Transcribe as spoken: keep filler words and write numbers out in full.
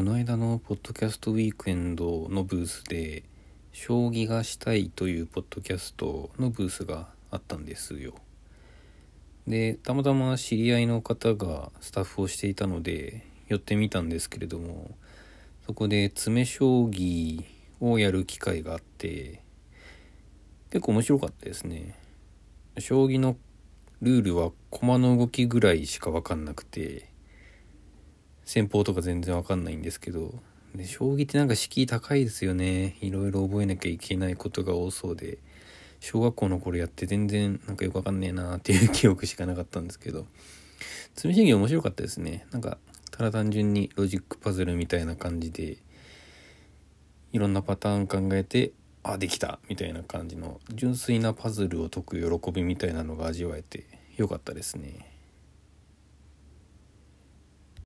この間のポッドキャストウィークエンドのブースで将棋がしたいというポッドキャストのブースがあったんですよ。で、たまたま知り合いの方がスタッフをしていたので寄ってみたんですけれども、そこで詰将棋をやる機会があって結構面白かったですね。将棋のルールは駒の動きぐらいしか分かんなくて、戦法とか全然分かんないんですけど、で将棋ってなんか敷居高いですよね。いろいろ覚えなきゃいけないことが多そうで、小学校の頃やって全然なんかよく分かんねえなっていう記憶しかなかったんですけど、詰将棋面白かったですね。なんかただ単純にロジックパズルみたいな感じでいろんなパターン考えて、あ、できたみたいな感じの純粋なパズルを解く喜びみたいなのが味わえてよかったですね。